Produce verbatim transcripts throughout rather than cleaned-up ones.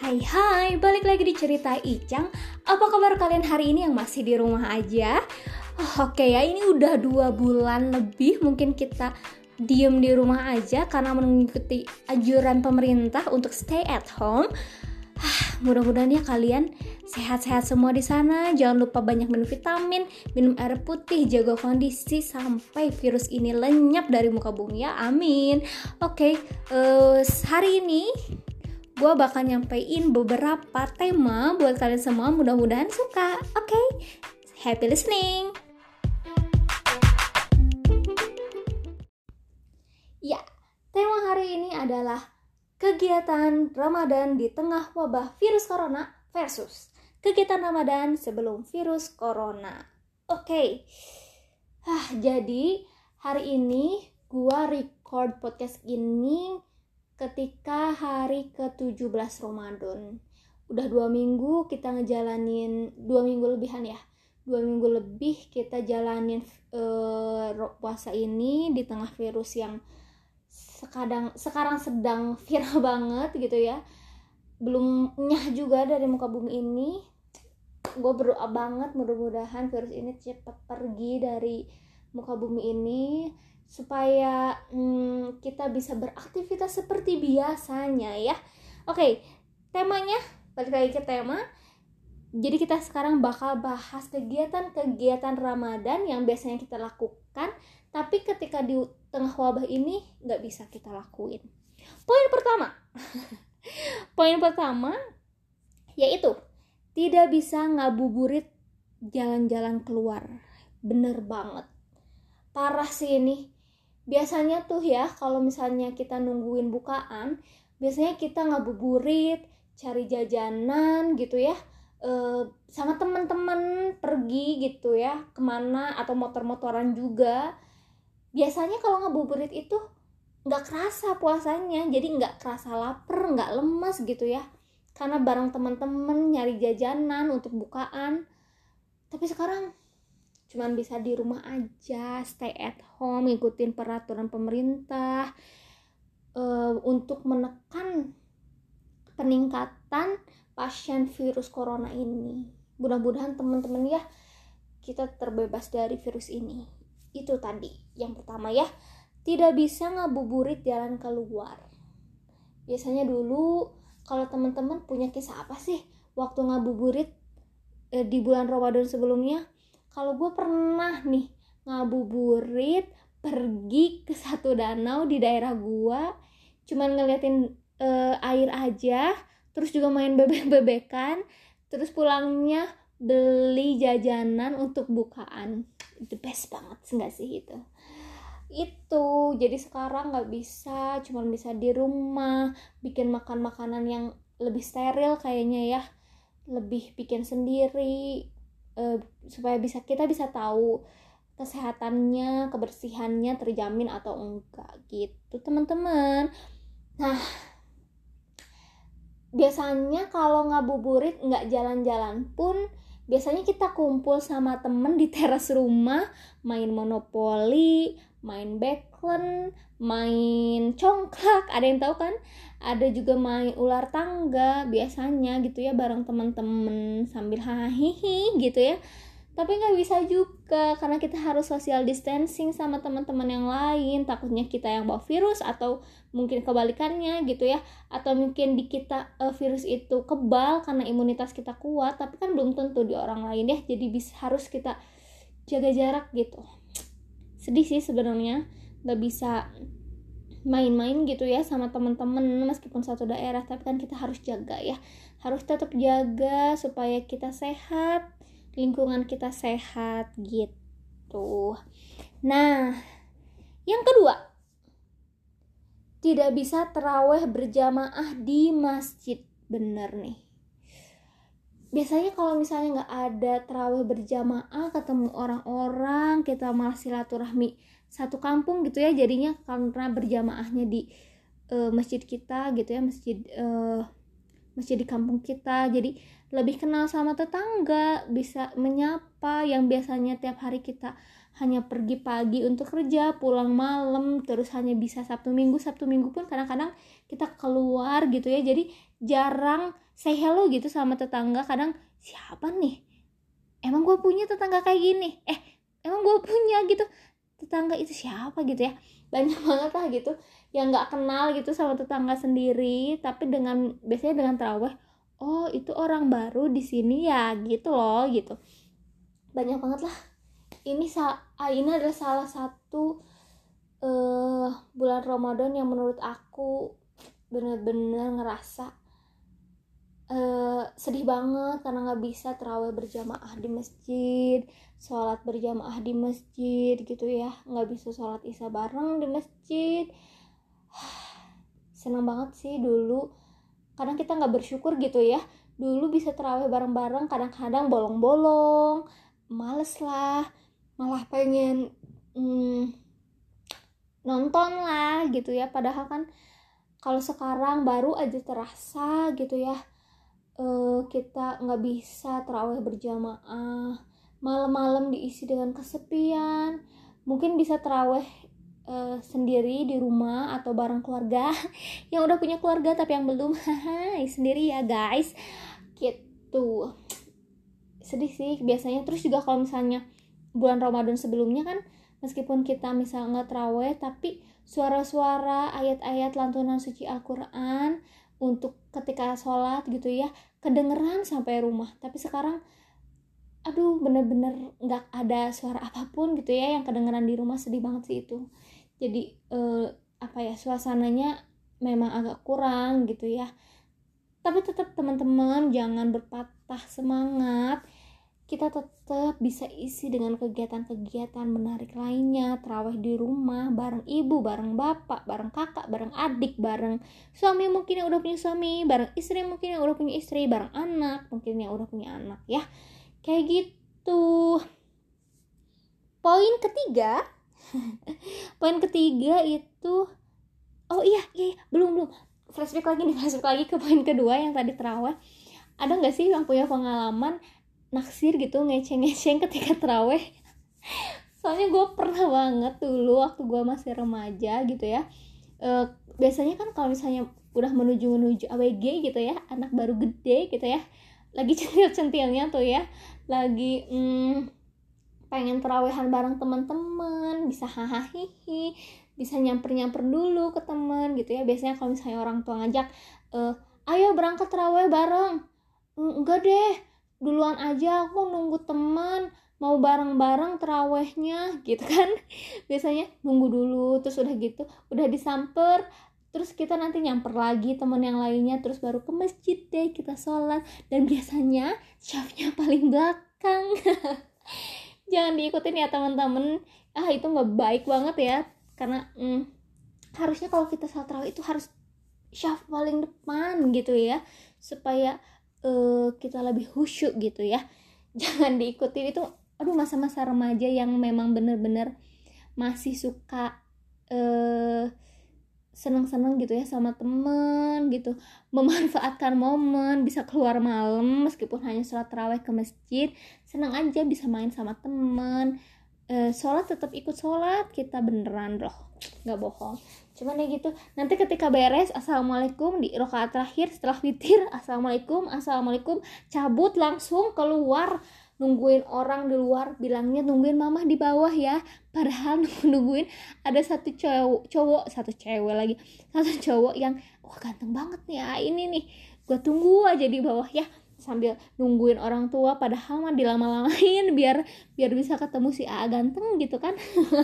Hai hai, balik lagi di cerita Icang. Apa kabar kalian hari ini yang masih di rumah aja? Oh, Oke okay ya, ini udah dua bulan lebih mungkin kita diem di rumah aja karena mengikuti anjuran pemerintah untuk stay at home. Mudah-mudahan ya kalian sehat-sehat semua di sana. Jangan lupa banyak minum vitamin, minum air putih, jaga kondisi sampai virus ini lenyap dari muka bumi ya. Amin. Oke, okay, uh, hari ini gue bakal nyampein beberapa tema buat kalian semua. Mudah-mudahan suka. Oke, okay? Happy listening. Ya, tema hari ini adalah kegiatan Ramadan di tengah wabah virus corona versus kegiatan Ramadan sebelum virus corona. Oke, okay. ah, jadi hari ini gue record podcast ini ketika hari ke tujuh belas Ramadan. Udah dua minggu kita ngejalanin, dua minggu lebihan ya. Dua minggu lebih kita jalanin uh, puasa ini di tengah virus yang sekarang, sekarang sedang viral banget gitu ya. Belum nyah juga dari muka bumi ini. Gue berdoa banget mudah-mudahan virus ini cepat pergi dari muka bumi ini, supaya hmm, kita bisa beraktivitas seperti biasanya ya. Oke, temanya, balik lagi ke tema. Jadi kita sekarang bakal bahas kegiatan-kegiatan Ramadan yang biasanya kita lakukan, tapi ketika di tengah wabah ini gak bisa kita lakuin. Poin pertama Poin pertama yaitu tidak bisa ngabuburit jalan-jalan keluar. Bener banget, parah sih ini. Biasanya tuh ya kalau misalnya kita nungguin bukaan, biasanya kita ngabuburit, cari jajanan gitu ya, e, sama teman-teman pergi gitu ya kemana, atau motor-motoran juga. Biasanya kalau ngabuburit itu nggak kerasa puasanya, jadi nggak kerasa lapar, nggak lemas gitu ya, karena bareng teman-teman nyari jajanan untuk bukaan. Tapi sekarang cuman bisa di rumah aja, stay at home, ngikutin peraturan pemerintah uh, untuk menekan peningkatan pasien virus corona ini. Mudah-mudahan teman-teman ya, kita terbebas dari virus ini. Itu tadi yang pertama ya, tidak bisa ngabuburit jalan keluar. Biasanya dulu kalau teman-teman punya kisah apa sih waktu ngabuburit eh, di bulan Ramadan sebelumnya? Kalau gue pernah nih ngabuburit pergi ke satu danau di daerah gue, cuman ngeliatin e, air aja, terus juga main bebek-bebekan, terus pulangnya beli jajanan untuk bukaan. The best banget nggak sih itu? Itu jadi sekarang nggak bisa, cuman bisa di rumah bikin makan makanan yang lebih steril kayaknya ya, lebih bikin sendiri. Uh, supaya bisa kita bisa tahu kesehatannya, kebersihannya terjamin atau enggak gitu teman-teman. Nah, biasanya kalau ngabuburit nggak jalan-jalan pun, biasanya kita kumpul sama temen di teras rumah, main monopoli, main backland, main congklak, ada yang tahu kan? Ada juga main ular tangga biasanya gitu ya, bareng teman-teman sambil hahihi gitu ya. Tapi nggak bisa juga karena kita harus social distancing sama teman-teman yang lain. Takutnya kita yang bawa virus, atau mungkin kebalikannya gitu ya, atau mungkin di kita uh, virus itu kebal karena imunitas kita kuat, tapi kan belum tentu di orang lain ya. Jadi bisa, harus kita jaga jarak gitu. Sedih sih sebenarnya nggak bisa main-main gitu ya sama teman-teman meskipun satu daerah, tapi kan kita harus jaga ya, harus tetap jaga supaya kita sehat, lingkungan kita sehat gitu. Nah, yang kedua, tidak bisa tarawih berjamaah di masjid. Bener nih, biasanya kalau misalnya nggak ada tarawih berjamaah, ketemu orang-orang, kita malah silaturahmi satu kampung gitu ya, jadinya karena berjamaahnya di uh, masjid kita gitu ya, masjid uh, masjid di kampung kita, jadi lebih kenal sama tetangga, bisa menyapa yang biasanya tiap hari kita hanya pergi pagi untuk kerja, pulang malam, terus hanya bisa Sabtu Minggu. Sabtu Minggu pun kadang-kadang kita keluar gitu ya, jadi jarang say hello gitu sama tetangga. Kadang siapa nih, emang gue punya tetangga kayak gini, eh emang gue punya gitu tetangga itu siapa gitu ya. Banyak banget lah gitu yang nggak kenal gitu sama tetangga sendiri, tapi dengan biasanya dengan terawih, oh itu orang baru di sini ya gitu loh gitu. Banyak banget lah. Ini sa- ah, ini adalah salah satu uh, bulan Ramadan yang menurut aku benar-benar ngerasa uh, sedih banget karena nggak bisa terawih berjamaah di masjid, sholat berjamaah di masjid gitu ya, nggak bisa sholat isya bareng di masjid. Senang banget sih dulu. Kadang kita nggak bersyukur gitu ya. Dulu bisa terawih bareng-bareng, kadang-kadang bolong-bolong, males lah, malah pengen hmm, nonton lah gitu ya. Padahal kan kalau sekarang baru aja terasa gitu ya, uh, kita nggak bisa terawih berjamaah, malam-malam diisi dengan kesepian. Mungkin bisa terawih uh, sendiri di rumah atau bareng keluarga yang udah punya keluarga tapi yang belum, haha sendiri ya guys gitu. Sedih sih biasanya. Terus juga kalau misalnya bulan Ramadan sebelumnya kan, meskipun kita misalnya nggak terawih, tapi suara-suara ayat-ayat lantunan suci Al-Quran untuk ketika sholat gitu ya kedengeran sampai rumah. Tapi sekarang aduh bener-bener nggak ada suara apapun gitu ya yang kedengeran di rumah. Sedih banget sih itu. Jadi eh, apa ya, suasananya memang agak kurang gitu ya. Tapi tetap teman-teman jangan berpatah semangat. Kita tetap bisa isi dengan kegiatan-kegiatan menarik lainnya. Terawih di rumah bareng ibu, bareng bapak, bareng kakak, bareng adik, bareng suami mungkin yang udah punya suami, bareng istri mungkin yang udah punya istri, bareng anak mungkin yang udah punya anak ya. Kayak gitu. Poin ketiga poin ketiga itu, oh iya, iya belum belum flashback lagi nih, flashback lagi ke poin kedua yang tadi terawih. Ada nggak sih yang punya pengalaman naksir gitu, ngeceng-ngeceng ketika terawih? Soalnya gue pernah banget dulu waktu gue masih remaja gitu ya. E, biasanya kan kalau misalnya udah menuju-menuju A W G gitu ya, anak baru gede gitu ya, lagi centil-centilnya tuh ya, lagi hmm, pengen terawihan bareng teman-teman, bisa hahaha, bisa nyamper-nyamper dulu ke teman gitu ya. Biasanya kalau misalnya orang tua ngajak, e, ayo berangkat terawih bareng, enggak deh, duluan aja, aku nunggu teman, mau bareng-bareng terawihnya gitu kan. Biasanya nunggu dulu, terus udah gitu udah disamper, terus kita nanti nyamper lagi teman yang lainnya, terus baru ke masjid deh kita sholat. Dan biasanya syafnya paling belakang. Jangan diikutin ya teman-teman, ah itu nggak baik banget ya. Karena hmm, harusnya kalau kita sholat tarawih itu harus syaf paling depan gitu ya, supaya uh, kita lebih khusyuk gitu ya. Jangan diikutin itu. Aduh, masa-masa remaja yang memang bener-bener masih suka uh, seneng-seneng gitu ya sama temen gitu, memanfaatkan momen bisa keluar malam meskipun hanya sholat tarawih ke masjid, seneng aja bisa main sama temen. Uh, sholat tetap ikut sholat kita beneran loh, nggak bohong. Cuman ya gitu, nanti ketika beres assalamualaikum di rakaat terakhir setelah witir, assalamualaikum assalamualaikum, cabut langsung keluar, nungguin orang di luar, bilangnya nungguin mamah di bawah ya. Padahal nungguin ada satu cowok, cowok satu cewek lagi, satu cowok yang wah ganteng banget nih ya, ini nih gue tunggu aja di bawah ya, sambil nungguin orang tua. Padahal mah dilama-lamain biar biar bisa ketemu si A ganteng gitu kan.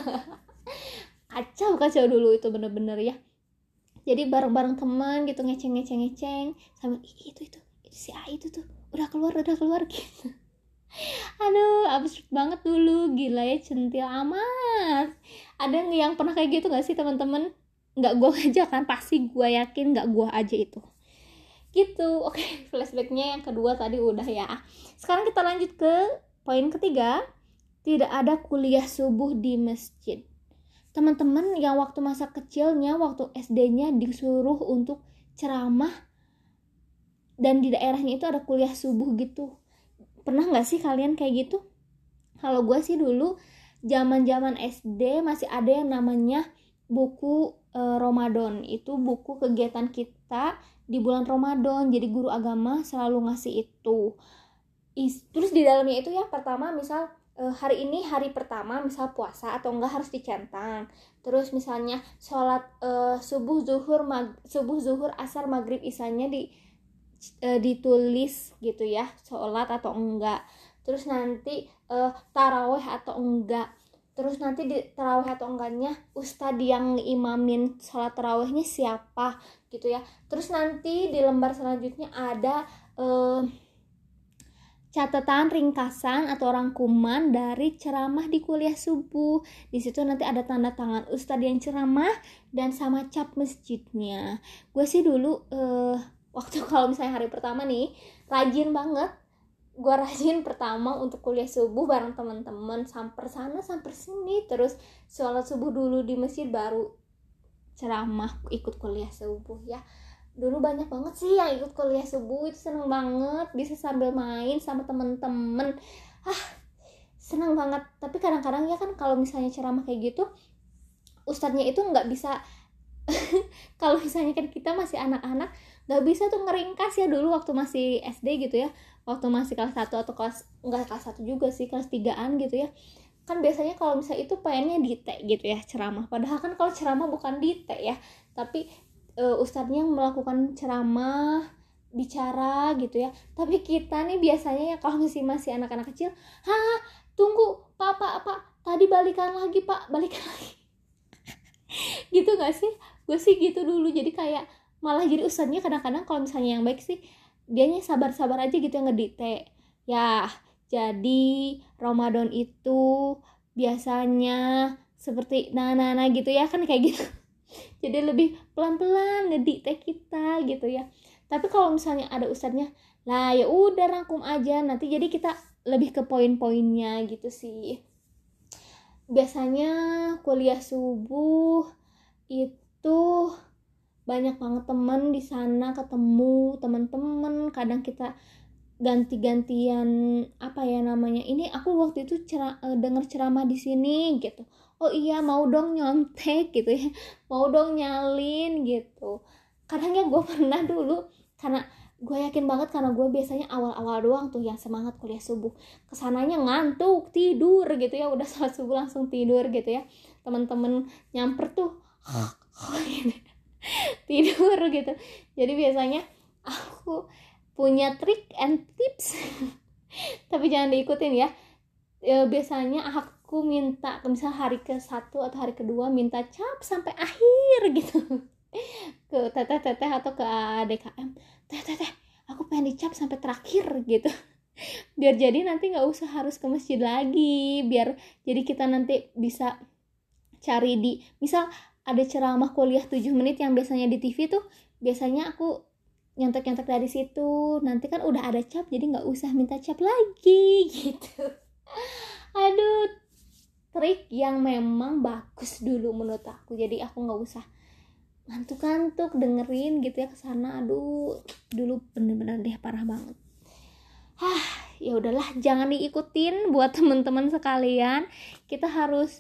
Kacau kacau dulu itu bener-bener ya. Jadi bareng-bareng teman gitu, ngeceng-ngeceng-ngeceng sambil itu itu itu si A itu tuh udah keluar udah keluar gitu. Aduh, absurd banget dulu, gila ya, centil amat. Ada yang pernah kayak gitu gak sih teman-teman? Nggak gue aja kan, pasti gue yakin nggak gue aja itu. Gitu, oke, flashbacknya yang kedua tadi udah ya. Sekarang kita lanjut ke poin ketiga, tidak ada kuliah subuh di masjid. Teman-teman yang waktu masa kecilnya, waktu S D-nya disuruh untuk ceramah, dan di daerahnya itu ada kuliah subuh gitu. Pernah gak sih kalian kayak gitu? Kalau gue sih dulu zaman-zaman S D masih ada yang namanya buku e, Ramadan. Itu buku kegiatan kita di bulan Ramadan. Jadi guru agama selalu ngasih itu. Is, terus di dalamnya itu ya, pertama misal e, hari ini hari pertama misal puasa atau enggak harus dicentang. Terus misalnya sholat e, subuh zuhur mag, subuh zuhur asar maghrib isanya di e, ditulis gitu ya, sholat atau enggak. Terus nanti uh, taraweh atau enggak. Terus nanti di taraweh atau enggaknya ustadz yang imamin sholat tarawehnya siapa gitu ya. Terus nanti di lembar selanjutnya ada uh, catatan ringkasan atau rangkuman dari ceramah di kuliah subuh. Di situ nanti ada tanda tangan ustadz yang ceramah dan sama cap masjidnya. Gue sih dulu uh, waktu kalau misalnya hari pertama nih rajin banget. Gue rajin pertama untuk kuliah subuh bareng teman-teman, samper sana samper sini, terus sholat subuh dulu di masjid baru ceramah ikut kuliah subuh ya. Dulu banyak banget sih yang ikut kuliah subuh, itu seneng banget, bisa sambil main sama temen-temen. Ah, seneng banget. Tapi kadang-kadang ya kan kalau misalnya ceramah kayak gitu, ustadznya itu nggak bisa kalau misalnya kan kita masih anak-anak nggak bisa tuh ngeringkas ya, dulu waktu masih S D gitu ya, waktu masih kelas satu atau kelas enggak kelas satu juga sih, kelas tigaan gitu ya. Kan biasanya kalau misalnya itu pengennya dite gitu ya ceramah. Padahal kan kalau ceramah bukan dite ya, tapi e, ustadznya melakukan ceramah, bicara gitu ya. Tapi kita nih biasanya ya kalau masih masih anak-anak kecil, "Hah, tunggu, Pak, Pak, Pak, tadi balikan lagi, Pak, balikan lagi." Gitu gak sih? Gue sih gitu dulu. Jadi kayak malah jadi ustadznya kadang-kadang kalau misalnya yang baik sih dianya sabar-sabar aja gitu yang ngedite. Ya, jadi Ramadan itu biasanya seperti nah-nah-nah gitu ya, kan kayak gitu. Jadi lebih pelan-pelan ngedite kita gitu ya. Tapi kalau misalnya ada ustadznya, lah ya udah rangkum aja, nanti jadi kita lebih ke poin-poinnya gitu sih. Biasanya kuliah subuh itu banyak banget temen di sana, ketemu teman-teman, kadang kita ganti-gantian apa ya namanya, ini aku waktu itu cera, uh, denger ceramah di sini gitu, oh iya mau dong nyontek gitu ya, mau dong nyalin gitu. Kadang ya gue pernah dulu, karena gue yakin banget karena gue biasanya awal-awal doang tuh yang semangat kuliah subuh, kesananya ngantuk tidur gitu ya, udah sholat subuh langsung tidur gitu ya, teman-teman nyamper tuh gitu tidur gitu. Jadi biasanya aku punya trik and tips tapi jangan diikutin ya. E, biasanya aku minta misal hari ke satu atau hari kedua minta cap sampai akhir gitu ke teteh-teteh atau ke A D K M, teteh-teteh aku pengen dicap sampai terakhir gitu biar jadi nanti nggak usah harus ke masjid lagi, biar jadi kita nanti bisa cari di misal ada ceramah kuliah tujuh menit yang biasanya di T V tuh, biasanya aku nyontek-nyontek dari situ, nanti kan udah ada cap jadi nggak usah minta cap lagi gitu. Aduh, trik yang memang bagus dulu menurut aku, jadi aku nggak usah ngantuk-ngantuk dengerin gitu ya kesana. Aduh, dulu bener-bener deh parah banget. Hah, ya udahlah, jangan diikutin buat teman-teman sekalian. Kita harus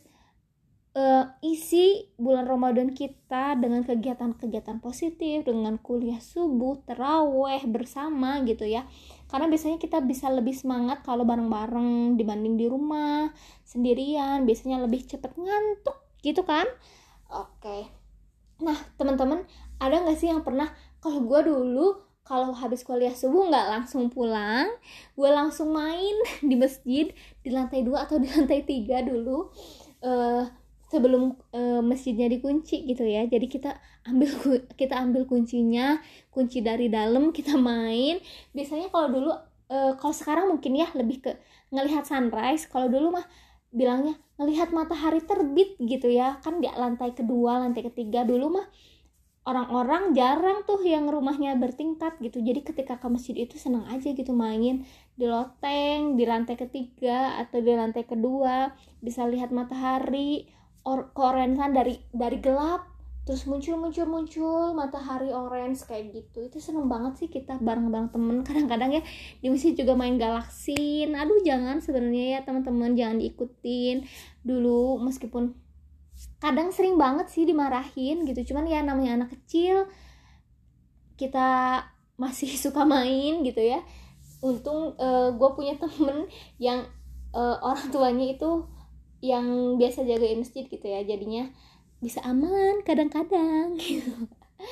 Uh, isi bulan Ramadan kita dengan kegiatan-kegiatan positif, dengan kuliah subuh, taraweh bersama gitu ya. Karena biasanya kita bisa lebih semangat kalau bareng-bareng dibanding di rumah sendirian, biasanya lebih cepet ngantuk gitu kan. Oke. Nah, teman-teman, ada gak sih yang pernah, kalau gue dulu kalau habis kuliah subuh nggak langsung pulang, gue langsung main di masjid di lantai dua atau di lantai tiga dulu. Uh, sebelum e, masjidnya dikunci gitu ya. Jadi kita ambil kita ambil kuncinya, kunci dari dalam, kita main. Biasanya kalau dulu e, kalau sekarang mungkin ya lebih ke ngelihat sunrise. Kalau dulu mah bilangnya ngelihat matahari terbit gitu ya. Kan di lantai kedua, lantai ketiga dulu mah orang-orang jarang tuh yang rumahnya bertingkat gitu. Jadi ketika ke masjid itu senang aja gitu main di loteng, di lantai ketiga atau di lantai kedua, bisa lihat matahari. Or, korensan dari dari gelap terus muncul-muncul-muncul matahari orange kayak gitu. Itu seneng banget sih kita bareng-bareng temen. Kadang-kadang ya di masjid juga main galaksin. Aduh jangan, sebenarnya ya teman-teman jangan diikutin dulu, meskipun kadang sering banget sih dimarahin gitu, cuman ya namanya anak kecil, kita masih suka main gitu ya. Untung uh, gue punya temen yang uh, orang tuanya itu yang biasa jagain masjid gitu ya, jadinya bisa aman kadang-kadang gitu.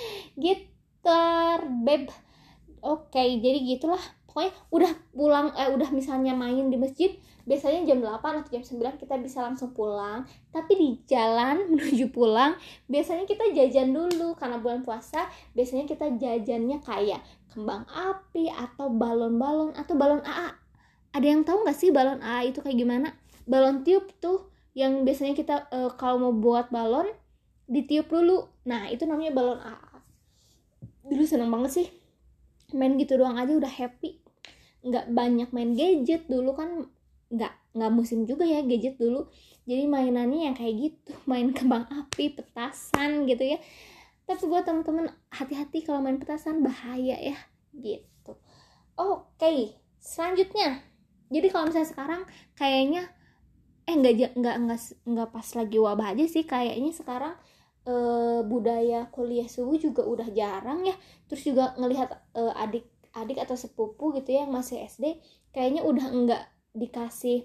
Gitar beb. Oke, jadi gitulah. Pokoknya udah pulang eh udah misalnya main di masjid, biasanya jam delapan atau jam sembilan kita bisa langsung pulang. Tapi di jalan menuju pulang, biasanya kita jajan dulu karena bulan puasa. Biasanya kita jajannya kayak kembang api atau balon-balon atau balon A A. Ada yang tahu nggak sih balon A A itu kayak gimana? Balon tiup tuh yang biasanya kita e, kalau mau buat balon ditiup dulu. Nah, itu namanya balon A A. Dulu seneng banget sih main gitu doang aja udah happy. Nggak banyak main gadget dulu kan, nggak nggak musim juga ya gadget dulu. Jadi mainannya yang kayak gitu, main kembang api, petasan gitu ya. Tapi buat teman-teman hati-hati kalau main petasan, bahaya ya gitu. Oke, selanjutnya. Jadi kalau misalnya sekarang kayaknya eh nggak nggak nggak nggak pas lagi wabah aja sih, kayaknya sekarang eh, budaya kuliah subuh juga udah jarang ya. Terus juga ngelihat eh, adik-adik atau sepupu gitu ya yang masih S D, kayaknya udah nggak dikasih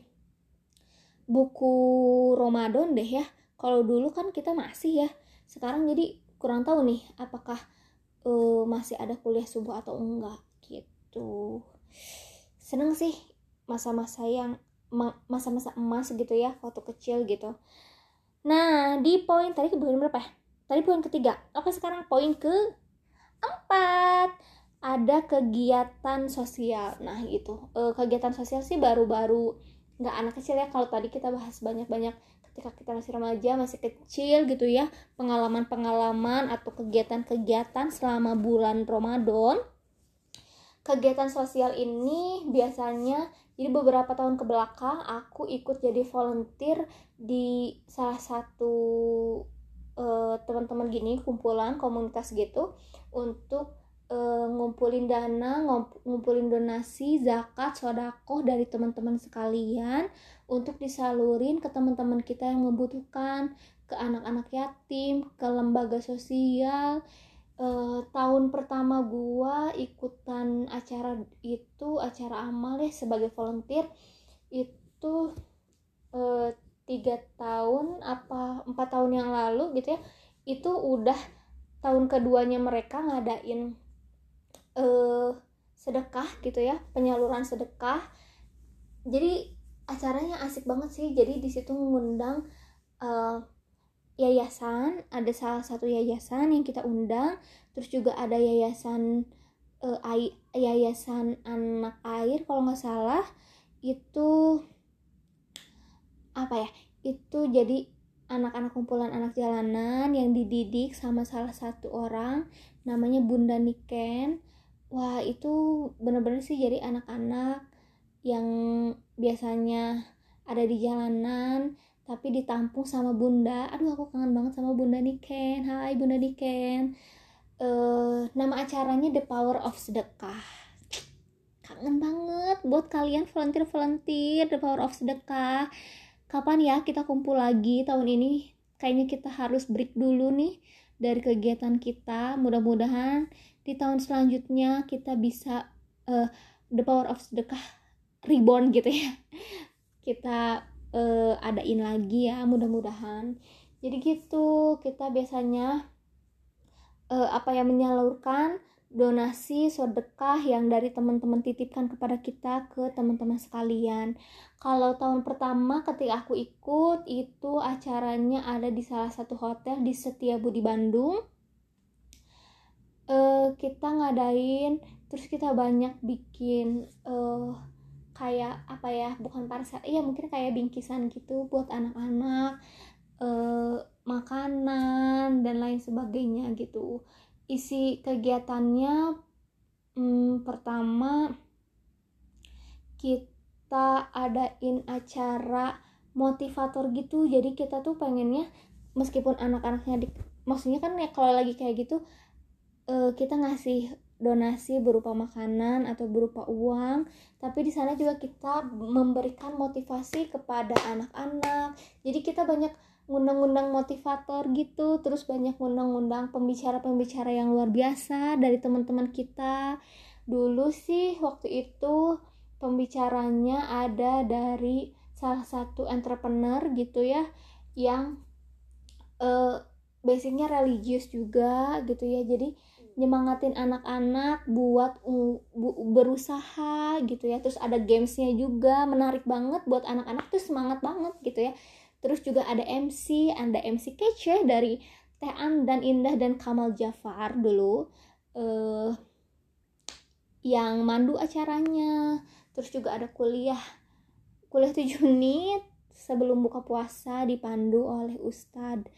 buku Ramadan deh ya. Kalau dulu kan kita masih ya. Sekarang jadi kurang tahu nih apakah uh, masih ada kuliah subuh atau enggak gitu. Seneng sih masa-masa yang masa-masa emas gitu ya, waktu kecil gitu. Nah, di poin tadi poin berapa ya? Tadi poin ketiga. Oke, sekarang poin ke empat. Ada kegiatan sosial. Nah, gitu. E, kegiatan sosial sih baru-baru, nggak anak kecil ya. Kalau tadi kita bahas banyak-banyak ketika kita masih remaja, masih kecil gitu ya. Pengalaman-pengalaman atau kegiatan-kegiatan selama bulan Ramadan. Kegiatan sosial ini biasanya, jadi beberapa tahun ke belakang aku ikut jadi volunteer di salah satu uh, teman-teman gini, kumpulan komunitas gitu, untuk uh, ngumpulin dana, ngumpulin donasi, zakat, sodako dari teman-teman sekalian untuk disalurin ke teman-teman kita yang membutuhkan, ke anak-anak yatim, ke lembaga sosial. Uh, tahun pertama gua ikutan acara itu, acara amal ya sebagai volunteer itu uh, tiga tahun apa empat tahun yang lalu gitu ya. Itu udah tahun keduanya mereka ngadain uh, sedekah gitu ya, penyaluran sedekah. Jadi acaranya asik banget sih. Jadi di situ ngundang uh, yayasan, ada salah satu yayasan yang kita undang, terus juga ada yayasan uh, ai, yayasan anak air kalau nggak salah, itu apa ya, itu jadi anak-anak kumpulan anak jalanan yang dididik sama salah satu orang namanya Bunda Niken. Wah, itu bener-bener sih jadi anak-anak yang biasanya ada di jalanan tapi ditampung sama Bunda. Aduh, aku kangen banget sama Bunda Niken. Hai Bunda Niken. Uh, nama acaranya The Power of Sedekah. Kangen banget buat kalian volunteer-volunteer The Power of Sedekah. Kapan ya kita kumpul lagi tahun ini? Kayaknya kita harus break dulu nih dari kegiatan kita. Mudah-mudahan di tahun selanjutnya kita bisa uh, The Power of Sedekah reborn gitu ya. Kita Uh, adain lagi ya, mudah-mudahan. Jadi gitu, kita biasanya uh, apa ya, menyalurkan donasi sedekah yang dari teman-teman titipkan kepada kita ke teman-teman sekalian. Kalau tahun pertama ketika aku ikut itu acaranya ada di salah satu hotel di Setiabudi Bandung. Uh, kita ngadain, terus kita banyak bikin uh, kayak apa ya, bukan parcel, iya mungkin kayak bingkisan gitu buat anak-anak, eh, makanan dan lain sebagainya gitu. Isi kegiatannya hmm, pertama kita adain acara motivator gitu. Jadi kita tuh pengennya meskipun anak-anaknya di, maksudnya kan ya kalau lagi kayak gitu uh, kita ngasih donasi berupa makanan atau berupa uang, tapi di sana juga kita memberikan motivasi kepada anak-anak. Jadi kita banyak ngundang-ngundang motivator gitu, terus banyak ngundang-ngundang pembicara-pembicara yang luar biasa dari teman-teman kita. Dulu sih waktu itu pembicaranya ada dari salah satu entrepreneur gitu ya, yang uh, basicnya religius juga gitu ya, jadi nyemangatin anak-anak buat uh, bu- berusaha gitu ya. Terus ada gamesnya juga, menarik banget buat anak-anak tuh, semangat banget gitu ya. Terus juga ada M C, ada M C kece dari Tean dan Indah dan Kamal Jafar dulu uh, yang mandu acaranya. Terus juga ada kuliah kuliah tujuh menit sebelum buka puasa dipandu oleh Ustadz.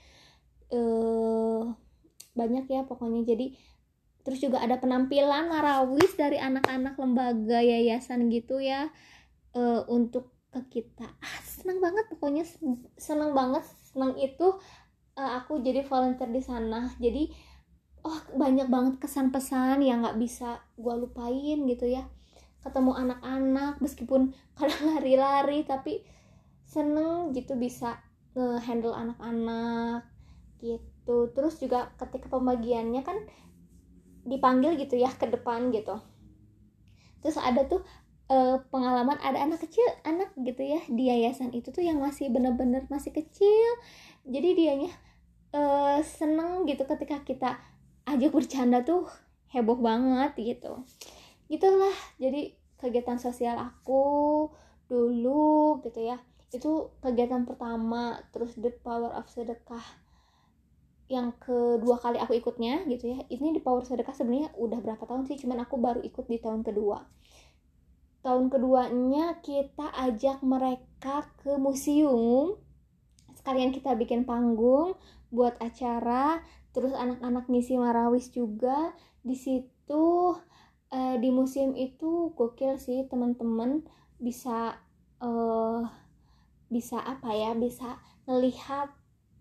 Uh, banyak ya pokoknya. Jadi terus juga ada penampilan marawis dari anak-anak lembaga yayasan gitu ya, uh, untuk ke kita. Ah, senang banget pokoknya, senang banget. Senang itu uh, aku jadi volunteer di sana. Jadi oh banyak banget kesan pesan yang nggak bisa gue lupain gitu ya. Ketemu anak-anak meskipun kadang lari-lari, tapi seneng gitu bisa nge-handle anak-anak gitu. Terus juga ketika pembagiannya kan dipanggil gitu ya ke depan gitu. Terus ada tuh e, pengalaman ada anak kecil, anak gitu ya di yayasan itu tuh yang masih bener-bener masih kecil. Jadi dianya e, seneng gitu ketika kita ajak bercanda tuh, heboh banget gitu. Gitulah jadi kegiatan sosial aku dulu gitu ya. Itu kegiatan pertama. Terus The Power of Sedekah yang kedua kali aku ikutnya gitu ya. Ini di Power Sedekah sebenarnya udah berapa tahun sih, cuman aku baru ikut di tahun kedua. Tahun keduanya kita ajak mereka ke museum, sekalian kita bikin panggung buat acara. Terus anak-anak ngisi marawis juga di situ. Eh, di museum itu gokil sih teman-teman, bisa eh, bisa apa ya, bisa melihat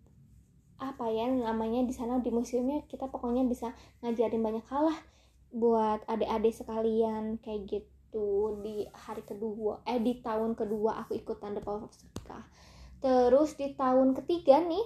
apa ya namanya di sana di museumnya. Kita pokoknya bisa ngajarin banyak hal lah buat adik-adik sekalian kayak gitu. Di hari kedua eh di tahun kedua aku ikutan The Power of Sedekah. Terus di tahun ketiga nih,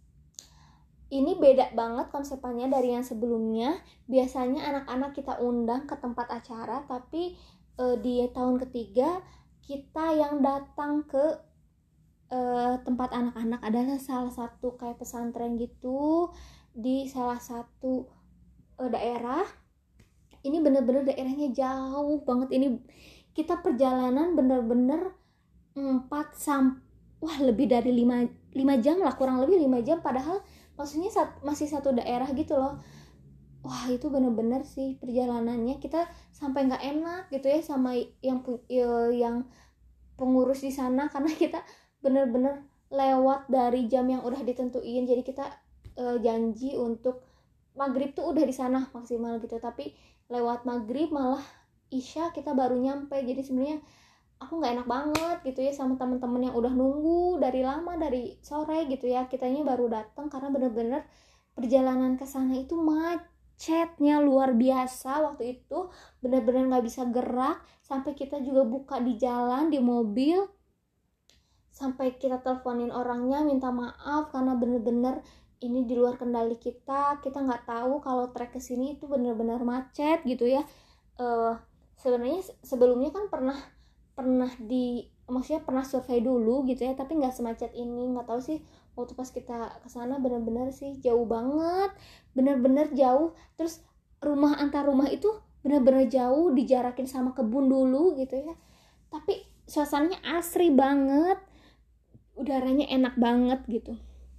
ini beda banget konsepnya dari yang sebelumnya. Biasanya anak-anak kita undang ke tempat acara, tapi e, di tahun ketiga kita yang datang ke Uh, tempat anak-anak. Adalah salah satu kayak pesantren gitu di salah satu uh, daerah. Ini bener-bener daerahnya jauh banget. Ini kita perjalanan bener-bener empat sam wah lebih dari lima, lima jam lah, kurang lebih lima jam, padahal maksudnya sat, masih satu daerah gitu loh. Wah itu bener-bener sih perjalanannya kita sampai nggak enak gitu ya sama yang yang pengurus di sana, karena kita bener-bener lewat dari jam yang udah ditentuin. Jadi kita e, janji untuk maghrib tuh udah di sana maksimal gitu, tapi lewat maghrib malah isya kita baru nyampe. Jadi sebenarnya aku nggak enak banget gitu ya sama teman-teman yang udah nunggu dari lama, dari sore gitu ya. Kitanya baru datang karena bener-bener perjalanan ke sana itu macetnya luar biasa. Waktu itu bener-bener nggak bisa gerak, sampai kita juga buka di jalan di mobil, sampai kita teleponin orangnya minta maaf karena bener-bener ini di luar kendali kita. Kita nggak tahu kalau trek kesini itu bener-bener macet gitu ya. Uh, sebenarnya sebelumnya kan pernah pernah di maksudnya pernah survei dulu gitu ya, tapi nggak semacet ini. Nggak tahu sih waktu pas kita kesana bener-bener sih jauh banget, bener-bener jauh. Terus rumah antar rumah itu bener-bener jauh, dijarakin sama kebun dulu gitu ya. Tapi suasananya asri banget, udaranya enak banget gitu.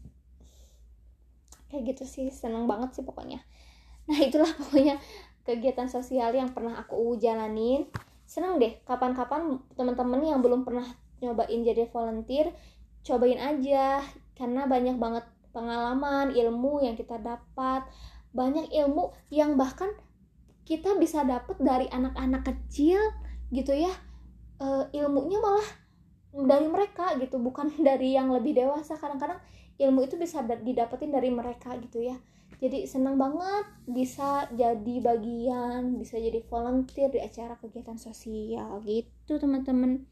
Kayak gitu sih, seneng banget sih pokoknya. Nah itulah pokoknya kegiatan sosial yang pernah aku jalanin. Seneng deh, kapan-kapan teman-teman yang belum pernah nyobain jadi volunteer, cobain aja, karena banyak banget pengalaman, ilmu yang kita dapat. Banyak ilmu yang bahkan kita bisa dapat dari anak-anak kecil gitu ya. E, ilmunya malah dari mereka gitu, bukan dari yang lebih dewasa. Kadang-kadang ilmu itu bisa didapetin dari mereka gitu ya. Jadi senang banget bisa jadi bagian, bisa jadi volunteer di acara kegiatan sosial gitu teman-teman.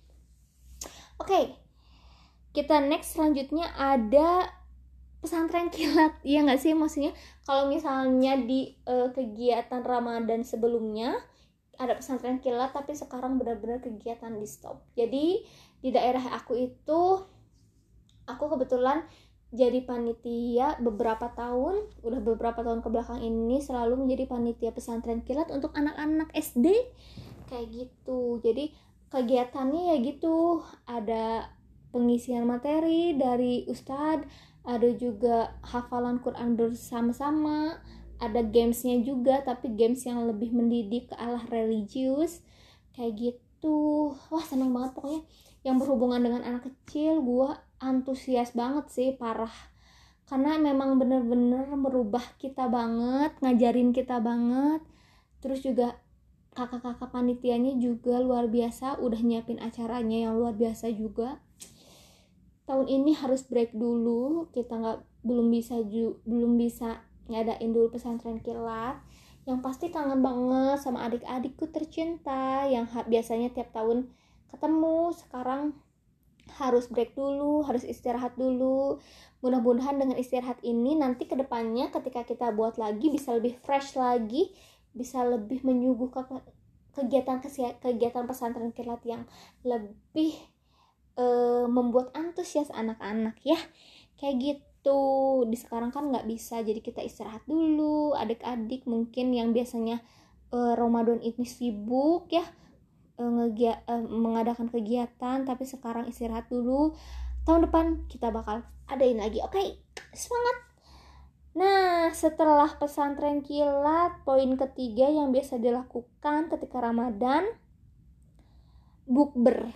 Oke, kita next selanjutnya ada pesantren kilat. Ya nggak sih, maksudnya kalau misalnya di uh, kegiatan Ramadan sebelumnya ada pesantren kilat, tapi sekarang benar-benar kegiatan di stop. Jadi di daerah aku itu, aku kebetulan jadi panitia beberapa tahun, udah beberapa tahun kebelakang ini selalu menjadi panitia pesantren kilat untuk anak-anak S D kayak gitu. Jadi kegiatannya ya gitu, ada pengisian materi dari ustadz, ada juga hafalan Quran bersama-sama, ada gamesnya juga, tapi games yang lebih mendidik ke arah religius kayak gitu. Wah seneng banget pokoknya yang berhubungan dengan anak kecil. Gue antusias banget sih, parah, karena memang bener-bener merubah kita banget, ngajarin kita banget. Terus juga kakak-kakak panitianya juga luar biasa, udah nyiapin acaranya yang luar biasa juga. Tahun ini harus break dulu, kita nggak belum bisa ju, belum bisa ngadain dulu pesantren kilat. Yang pasti kangen banget sama adik-adikku tercinta yang ha- biasanya tiap tahun ketemu. Sekarang harus break dulu, harus istirahat dulu. Mudah-mudahan dengan istirahat ini nanti kedepannya ketika kita buat lagi bisa lebih fresh lagi, bisa lebih menyuguhkan kegiatan kegiatan pesantren kilat yang lebih uh, membuat antusias anak-anak ya, kayak gitu. Di sekarang kan nggak bisa, jadi kita istirahat dulu. Adik-adik mungkin yang biasanya uh, Ramadan ini sibuk ya, uh, ngegia- uh, mengadakan kegiatan, tapi sekarang istirahat dulu. Tahun depan kita bakal adain lagi, oke? Okay? Semangat! Nah, setelah pesantren kilat, poin ketiga yang biasa dilakukan ketika Ramadan, bukber.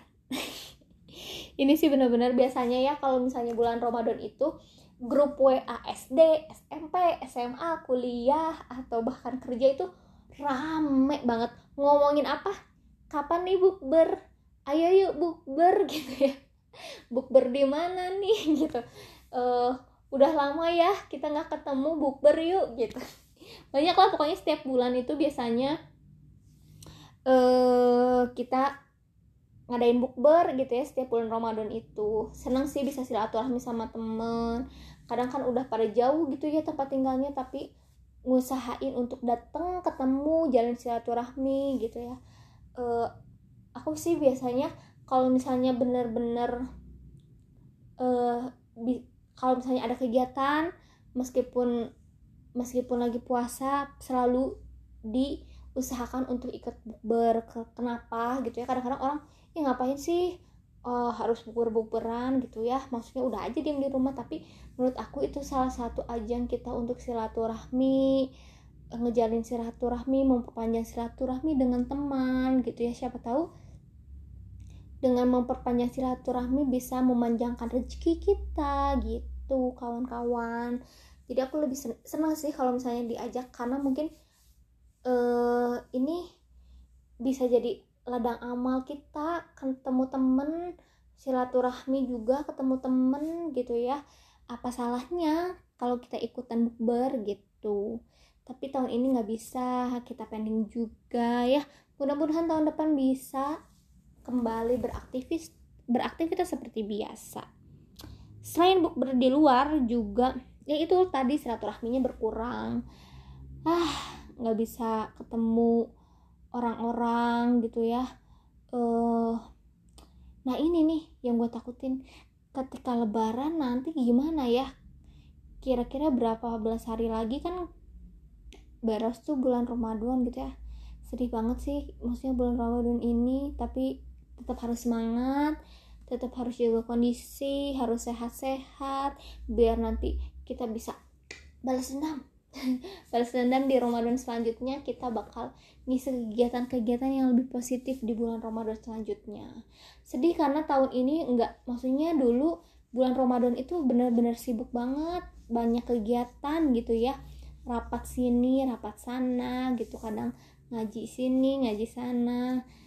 Ini sih benar-benar biasanya ya, kalau misalnya bulan Ramadan itu grup W A S D, S M P, S M A, kuliah, atau bahkan kerja itu rame banget. Ngomongin apa? Kapan nih bukber? Ayo yuk bukber gitu ya. Bukber di mana nih gitu. Uh, udah lama ya kita nggak ketemu, bukber yuk gitu. Banyak lah pokoknya, setiap bulan itu biasanya uh, kita ngadain bukber gitu ya setiap bulan Ramadan itu. Senang sih bisa silaturahmi sama temen. Kadang kan udah pada jauh gitu ya tempat tinggalnya, tapi ngusahain untuk datang ketemu, jalan silaturahmi gitu ya. Uh, aku sih biasanya kalau misalnya bener-bener uh, bi- kalau misalnya ada kegiatan, meskipun meskipun lagi puasa, selalu diusahakan untuk ikut bukber. Kenapa gitu ya, kadang-kadang orang ya ngapain sih uh, harus bukber-bukberan gitu ya, maksudnya udah aja diam di rumah. Tapi menurut aku itu salah satu ajang kita untuk silaturahmi, ngejalin silaturahmi, memperpanjang silaturahmi dengan teman gitu ya. Siapa tahu dengan memperpanjang silaturahmi bisa memanjangkan rezeki kita gitu kawan-kawan. Jadi aku lebih senang sih kalau misalnya diajak, karena mungkin uh, ini bisa jadi ladang amal kita, ketemu temen, silaturahmi juga ketemu temen gitu ya. Apa salahnya kalau kita ikutan bukber gitu. Tapi tahun ini gak bisa, kita pending juga ya. Mudah-mudahan tahun depan bisa kembali beraktivis beraktivitas seperti biasa. Selain bukber di luar juga, ya itu tadi silaturahminya berkurang. Ah, nggak bisa ketemu orang-orang gitu ya. Uh, nah ini nih yang gue takutin, ketika Lebaran nanti gimana ya? Kira-kira berapa belas hari lagi kan beres tuh bulan Ramadan gitu ya. Sedih banget sih, maksudnya bulan Ramadan ini, tapi tetap harus semangat, tetap harus jaga kondisi, harus sehat-sehat biar nanti kita bisa balas dendam. Balas dendam di Ramadan selanjutnya. Kita bakal ngisi kegiatan-kegiatan yang lebih positif di bulan Ramadan selanjutnya. Sedih karena tahun ini enggak, maksudnya dulu bulan Ramadan itu benar-benar sibuk banget, banyak kegiatan gitu ya, rapat sini, rapat sana gitu, kadang ngaji sini, ngaji sana.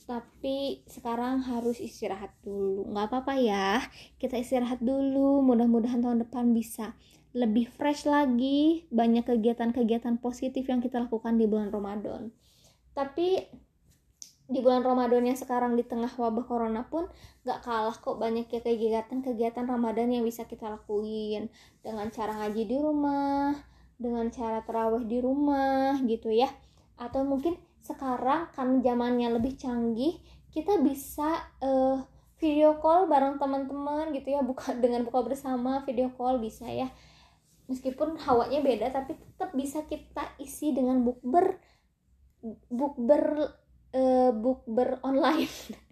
tapi sekarang harus istirahat dulu. Nggak apa-apa ya, kita istirahat dulu. Mudah-mudahan tahun depan bisa lebih fresh lagi, banyak kegiatan-kegiatan positif yang kita lakukan di bulan Ramadan. Tapi di bulan Ramadan yang sekarang di tengah wabah corona pun gak kalah kok banyak ya kegiatan-kegiatan Ramadan yang bisa kita lakuin, dengan cara ngaji di rumah, dengan cara tarawih di rumah gitu ya. Atau mungkin sekarang kan zamannya lebih canggih, kita bisa uh, video call bareng teman-teman gitu ya, buka dengan buka bersama, video call bisa ya. Meskipun hawanya beda, tapi tetap bisa kita isi dengan bukber bukber uh, bukber online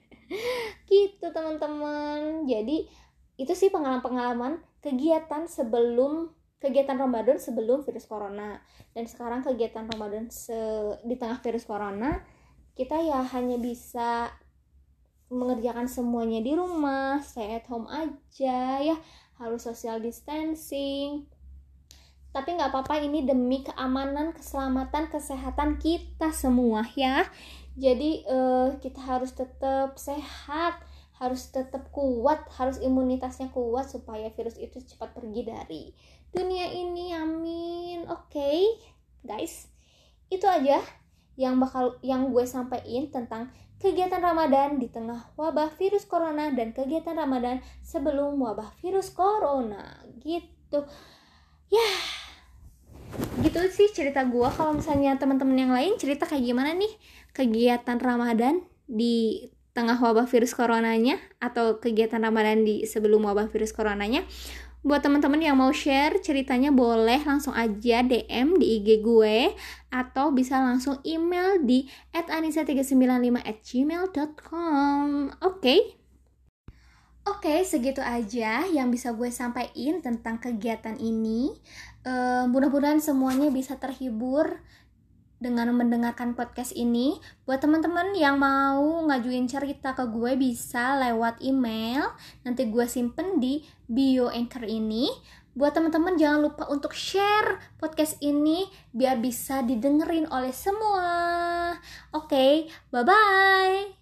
gitu teman-teman. Jadi itu sih pengalaman-pengalaman kegiatan sebelum kegiatan Ramadan sebelum virus corona, dan sekarang kegiatan Ramadan se- di tengah virus corona. Kita ya hanya bisa mengerjakan semuanya di rumah, stay at home aja ya, harus social distancing. Tapi gak apa-apa, ini demi keamanan, keselamatan, kesehatan kita semua ya. Jadi uh, kita harus tetap sehat, harus tetap kuat, harus imunitasnya kuat supaya virus itu cepat pergi dari dunia ini, amin. Oke okay, guys, itu aja yang bakal yang gue sampaikan tentang kegiatan Ramadan di tengah wabah virus corona dan kegiatan Ramadan sebelum wabah virus corona gitu ya. Gitu sih cerita gue. Kalau misalnya teman-teman yang lain cerita kayak gimana nih kegiatan Ramadan di tengah wabah virus coronanya, atau kegiatan Ramadan di sebelum wabah virus coronanya. Buat teman-teman yang mau share ceritanya, boleh langsung aja D M di I G gue, atau bisa langsung email di at anissa tiga sembilan lima at gmail dot com. Oke okay? Oke, okay, segitu aja yang bisa gue sampaikan tentang kegiatan ini. Uh, mudah-mudahan semuanya bisa terhibur dengan mendengarkan podcast ini. Buat teman-teman yang mau ngajuin cerita ke gue, bisa lewat email. Nanti gue simpen di bio Anchor ini. Buat teman-teman jangan lupa untuk share podcast ini biar bisa didengerin oleh semua. Oke, okay, bye-bye.